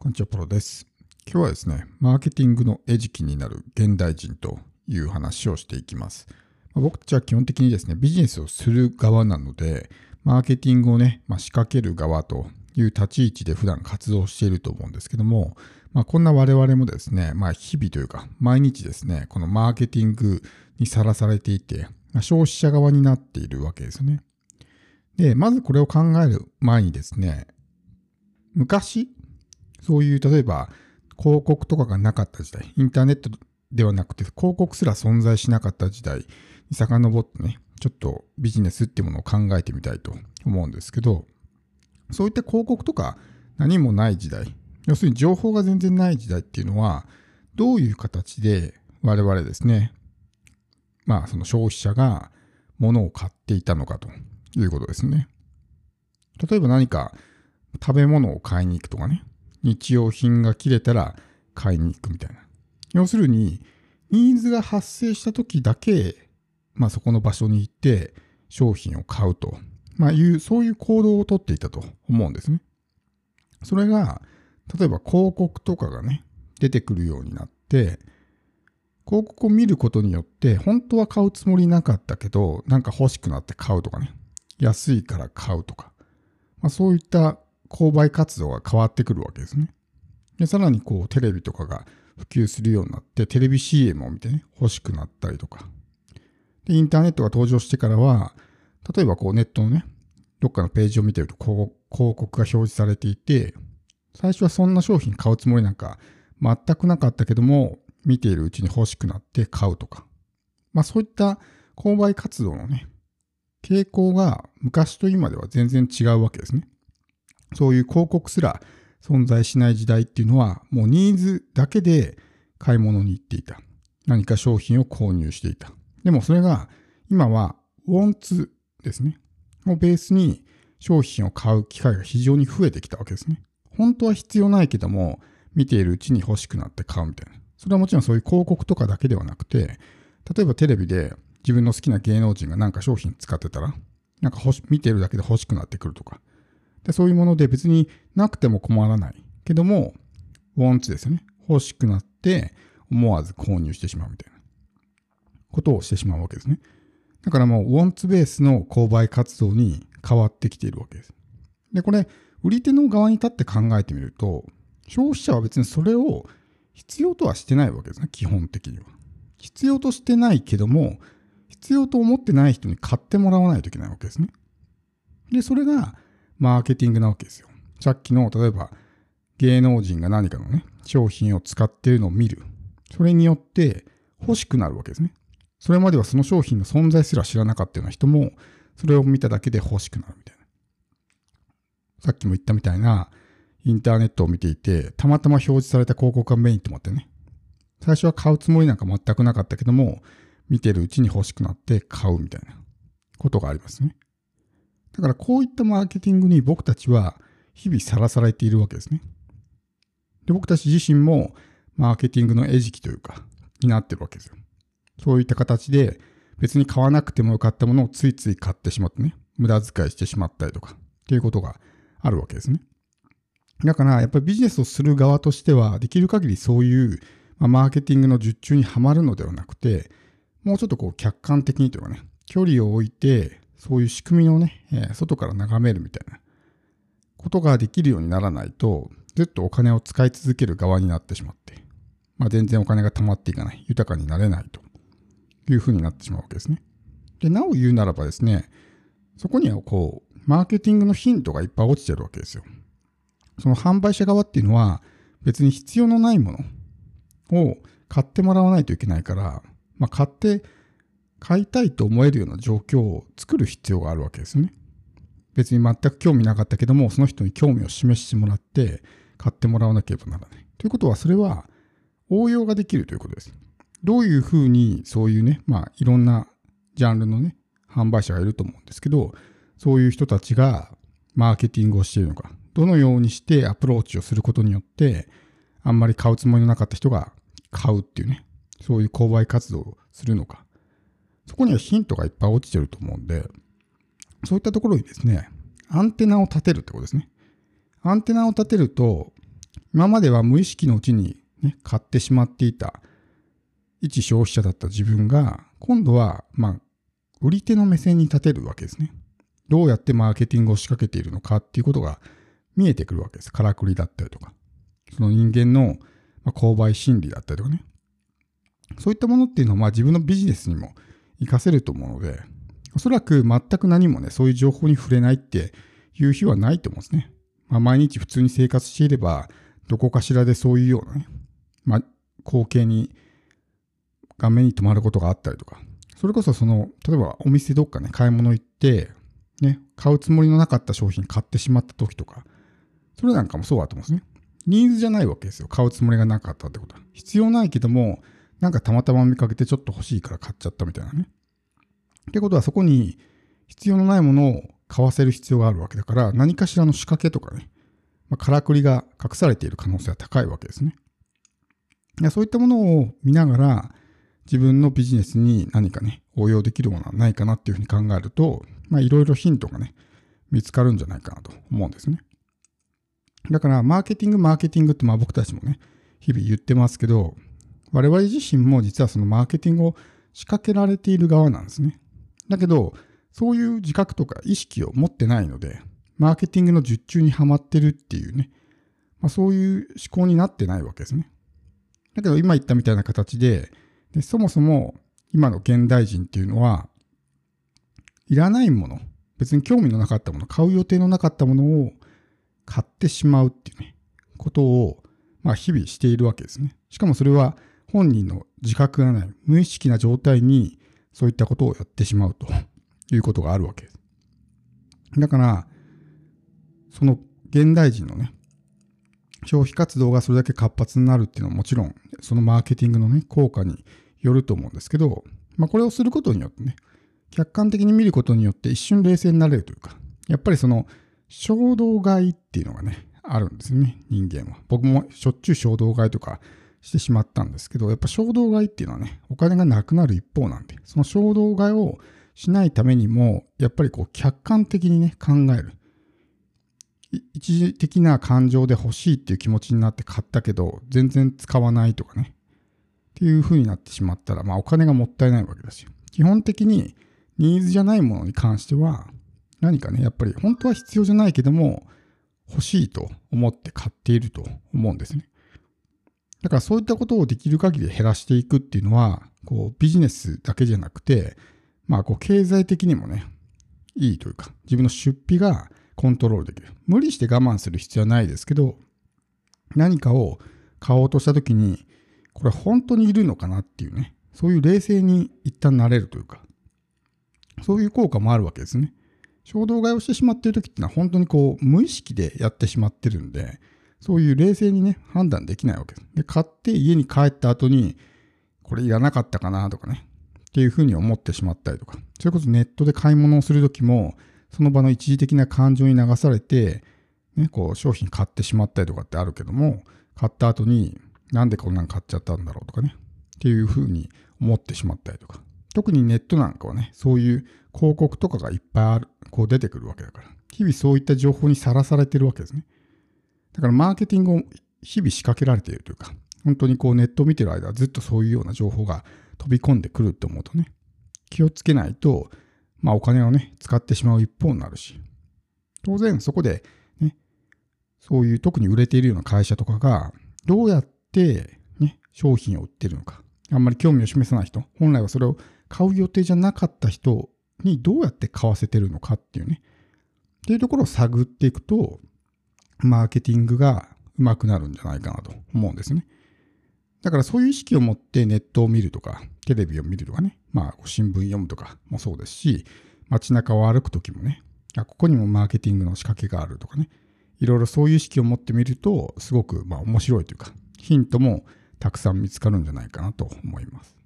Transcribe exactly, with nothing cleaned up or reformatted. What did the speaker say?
こんにちは、プロです。今日はですね、マーケティングの餌食になる現代人という話をしていきます。まあ僕たちは基本的にですね、ビジネスをする側なので、マーケティングをね、まあ、仕掛ける側という立ち位置で普段活動していると思うんですけども、まあ、こんな我々もですね、まあ、日々というか、毎日ですね、このマーケティングにさらされていて、まあ、消費者側になっているわけですよね。で、まずこれを考える前にですね、昔、そういう例えば広告とかがなかった時代、インターネットではなくて広告すら存在しなかった時代に遡ってね、ちょっとビジネスっていうものを考えてみたいと思うんですけど、そういった広告とか何もない時代、要するに情報が全然ない時代っていうのは、どういう形で我々ですね、まあその消費者が物を買っていたのかということですね。例えば何か食べ物を買いに行くとかね、日用品が切れたら買いに行くみたいな。要するに、ニーズが発生した時だけ、まあそこの場所に行って商品を買うと、まあいう、そういう行動をとっていたと思うんですね。それが、例えば広告とかがね、出てくるようになって、広告を見ることによって、本当は買うつもりなかったけど、なんか欲しくなって買うとかね、安いから買うとか、まあ、そういった購買活動が変わってくるわけですね。でさらにこうテレビとかが普及するようになってテレビ シーエム を見てね欲しくなったりとかでインターネットが登場してからは例えばこうネットのねどっかのページを見てると広告が表示されていて最初はそんな商品買うつもりなんか全くなかったけども見ているうちに欲しくなって買うとかまあそういった購買活動のね傾向が昔と今では全然違うわけですね。そういう広告すら存在しない時代っていうのは、もうニーズだけで買い物に行っていた。何か商品を購入していた。でもそれが今はウォンツですね。をベースに商品を買う機会が非常に増えてきたわけですね。本当は必要ないけども、見ているうちに欲しくなって買うみたいな。それはもちろんそういう広告とかだけではなくて、例えばテレビで自分の好きな芸能人が何か商品使ってたら、なんか欲し見ているだけで欲しくなってくるとか。でそういうもので別になくても困らないけども、ウォンツですよね。欲しくなって思わず購入してしまうみたいなことをしてしまうわけですね。だからもうウォンツベースの購買活動に変わってきているわけです。で、これ、売り手の側に立って考えてみると、消費者は別にそれを必要とはしてないわけですね。基本的には。必要としてないけども、必要と思ってない人に買ってもらわないといけないわけですね。で、それがマーケティングなわけですよ。さっきの、例えば、芸能人が何かのね、商品を使っているのを見る。それによって欲しくなるわけですね。それまではその商品の存在すら知らなかったような人も、それを見ただけで欲しくなるみたいな。さっきも言ったみたいな、インターネットを見ていて、たまたま表示された広告が目に留まってね。最初は買うつもりなんか全くなかったけども、見てるうちに欲しくなって買うみたいなことがありますね。だからこういったマーケティングに僕たちは日々さらされているわけですね。で、僕たち自身もマーケティングの餌食というか、になってるわけですよ。そういった形で別に買わなくてもよかったものをついつい買ってしまってね、無駄遣いしてしまったりとかっていうことがあるわけですね。だからやっぱりビジネスをする側としてはできる限りそういうマーケティングの術中にはまるのではなくて、もうちょっとこう客観的にというかね、距離を置いてそういう仕組みをね、えー、外から眺めるみたいなことができるようにならないと、ずっとお金を使い続ける側になってしまって、まあ、全然お金が貯まっていかない、豊かになれないというふうになってしまうわけですね。で、なお言うならばですね、そこにはこう、マーケティングのヒントがいっぱい落ちてるわけですよ。その販売者側っていうのは、別に必要のないものを買ってもらわないといけないから、まあ、買って、買いたいと思えるような状況を作る必要があるわけですね。別に全く興味なかったけども、その人に興味を示してもらって、買ってもらわなければならない。ということは、それは応用ができるということです。どういうふうに、そういうね、まあ、いろんなジャンルのね、販売者がいると思うんですけど、そういう人たちがマーケティングをしているのか、どのようにしてアプローチをすることによって、あんまり買うつもりのなかった人が買うっていうね、そういう購買活動をするのか、そこにはヒントがいっぱい落ちてると思うんで、そういったところにですね、アンテナを立てるってことですね。アンテナを立てると、 今までは無意識のうちに、ね、買ってしまっていた一消費者だった自分が、今度は、まあ、売り手の目線に立てるわけですね。どうやってマーケティングを仕掛けているのかっていうことが見えてくるわけです。からくりだったりとか、その人間の購買心理だったりとかね。そういったものっていうのは、まあ自分のビジネスにも活かせると思うので、おそらく全く何もね、そういう情報に触れないっていう日はないと思うんですね。まあ、毎日普通に生活していれば、どこかしらでそういうようなね、まあ、光景に画面に留まることがあったりとか、それこそその、例えばお店どっかね、買い物行って、ね、買うつもりのなかった商品買ってしまった時とか、それなんかもそうだと思うんですね。ニーズじゃないわけですよ。買うつもりがなかったってことは。必要ないけども、なんかたまたま見かけてちょっと欲しいから買っちゃったみたいなね。ってことはそこに必要のないものを買わせる必要があるわけだから、何かしらの仕掛けとかね、まあ、からくりが隠されている可能性は高いわけですね。そういったものを見ながら、自分のビジネスに何かね、応用できるものはないかなっていうふうに考えると、まあいろいろヒントがね、見つかるんじゃないかなと思うんですね。だから、マーケティング、マーケティングってまあ僕たちもね、日々言ってますけど、我々自身も実はそのマーケティングを仕掛けられている側なんですね。だけど、そういう自覚とか意識を持ってないので、マーケティングの術中にはまってるっていうね、まあ、そういう思考になってないわけですね。だけど今言ったみたいな形で、でそもそも今の現代人っていうのは、いらないもの、別に興味のなかったもの、買う予定のなかったものを買ってしまうっていうね、ことを、まあ日々しているわけですね。しかもそれは本人の自覚がない、無意識な状態にそういったことをやってしまうということがあるわけです。だから、その現代人のね、消費活動がそれだけ活発になるっていうのはもちろん、そのマーケティングのね、効果によると思うんですけど、まあこれをすることによってね、客観的に見ることによって一瞬冷静になれるというか、やっぱりその衝動買いっていうのがね、あるんですよね、人間は。僕もしょっちゅう衝動買いとかしてしまったんですけど、やっぱ衝動買いっていうのはね、お金がなくなる一方なんで、その衝動買いをしないためにも、やっぱりこう客観的にね、考える。一時的な感情で欲しいっていう気持ちになって買ったけど、全然使わないとかね。っていう風になってしまったら、まあお金がもったいないわけですよ。基本的にニーズじゃないものに関しては、何かね、やっぱり本当は必要じゃないけども、欲しいと思って買っていると思うんですね。だからそういったことをできる限り減らしていくっていうのは、こうビジネスだけじゃなくて、まあこう経済的にもね、いいというか、自分の出費がコントロールできる。無理して我慢する必要はないですけど、何かを買おうとしたときに、これ本当にいるのかなっていうね、そういう冷静に一旦なれるというか、そういう効果もあるわけですね。衝動買いをしてしまっているときっていうのは本当にこう無意識でやってしまってるんで、そういう冷静にね、判断できないわけです。で、買って家に帰った後に、これいらなかったかなとかね、っていうふうに思ってしまったりとか、それこそネットで買い物をするときも、その場の一時的な感情に流されて、ね、こう商品買ってしまったりとかってあるけども、買った後になんでこんなん買っちゃったんだろうとかね、っていうふうに思ってしまったりとか。特にネットなんかはね、そういう広告とかがいっぱいある、こう出てくるわけだから、日々そういった情報にさらされてるわけですね。だからマーケティングを日々仕掛けられているというか、本当にこうネットを見てる間はずっとそういうような情報が飛び込んでくるって思うとね、気をつけないと、まあお金をね、使ってしまう一方になるし、当然そこでね、そういう特に売れているような会社とかが、どうやってね、商品を売ってるのか、あんまり興味を示さない人、本来はそれを買う予定じゃなかった人にどうやって買わせてるのかっていうね、っていうところを探っていくと、マーケティングが上手くなるんじゃないかなと思うんですね。だからそういう意識を持ってネットを見るとか、テレビを見るとかね、まあ新聞読むとかもそうですし、街中を歩くときもね、あ、ここにもマーケティングの仕掛けがあるとかね、いろいろそういう意識を持ってみると、すごくまあ面白いというか、ヒントもたくさん見つかるんじゃないかなと思います。